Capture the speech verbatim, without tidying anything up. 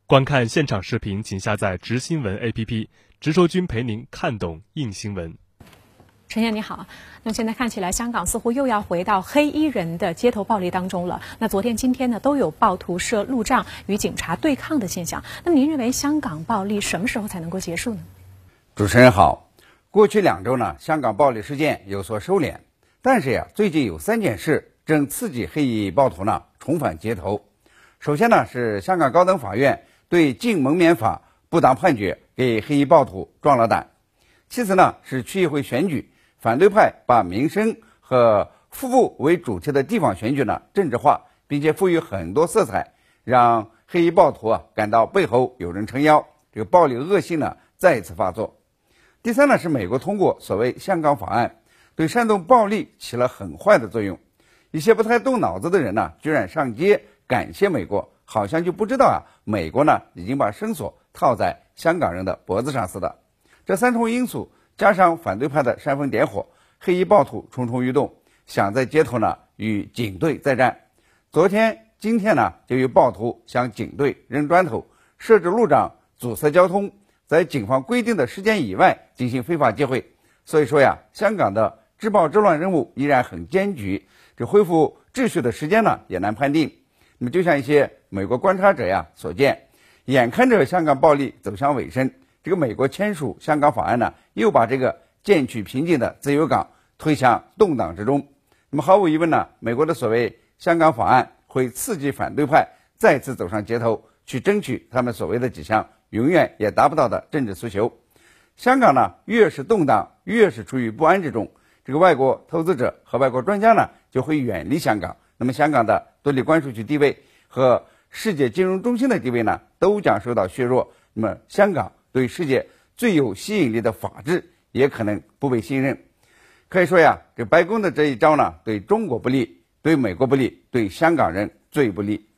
观看现场视频，请下载直新闻 A P P， 直说君陪您看懂硬新闻。 陈燕你好，那么现在看起来香港似乎又要回到黑衣人的街头暴力当中了。那昨天今天呢都有暴徒设路障与警察对抗的现象。那么您认为香港暴力什么时候才能够结束呢？ 主持人好，过去两周呢香港暴力事件有所收敛，但是呀最近有三件事正刺激黑衣暴徒呢重返街头。首先呢是香港高等法院对禁蒙面法不当判决给黑衣暴徒壮了胆。其次呢是区议会选举，反对派把民生和富富为主题的地方选举呢政治化，并且赋予很多色彩，让黑衣暴徒啊感到背后有人撑腰，这个暴力恶性呢再一次发作。第三呢是美国通过所谓香港法案，对煽动暴力起了很坏的作用。一些不太动脑子的人呢居然上街感谢美国，好像就不知道啊美国呢已经把绳索套在香港人的脖子上似的。这三重因素加上反对派的煽风点火，黑衣暴徒蠢蠢欲动，想在街头呢与警队再战。昨天今天呢就有暴徒向警队扔砖头，设置路障阻塞交通，在警方规定的时间以外进行非法集会。所以说呀香港的治暴治乱任务依然很艰巨，这恢复秩序的时间呢也难判定。那么就像一些美国观察者呀所见，眼看着香港暴力走向尾声，这个美国签署香港法案呢又把这个渐趋平静的自由港推向动荡之中。那么毫无疑问呢，美国的所谓香港法案会刺激反对派再次走上街头，去争取他们所谓的几项永远也达不到的政治诉求。香港呢越是动荡，越是处于不安之中，这个外国投资者和外国专家呢就会远离香港，那么香港的独立关税区地位和世界金融中心的地位呢都将受到削弱。那么香港对世界最有吸引力的法治也可能不被信任。可以说呀，这白宫的这一招呢对中国不利，对美国不利，对香港人最不利。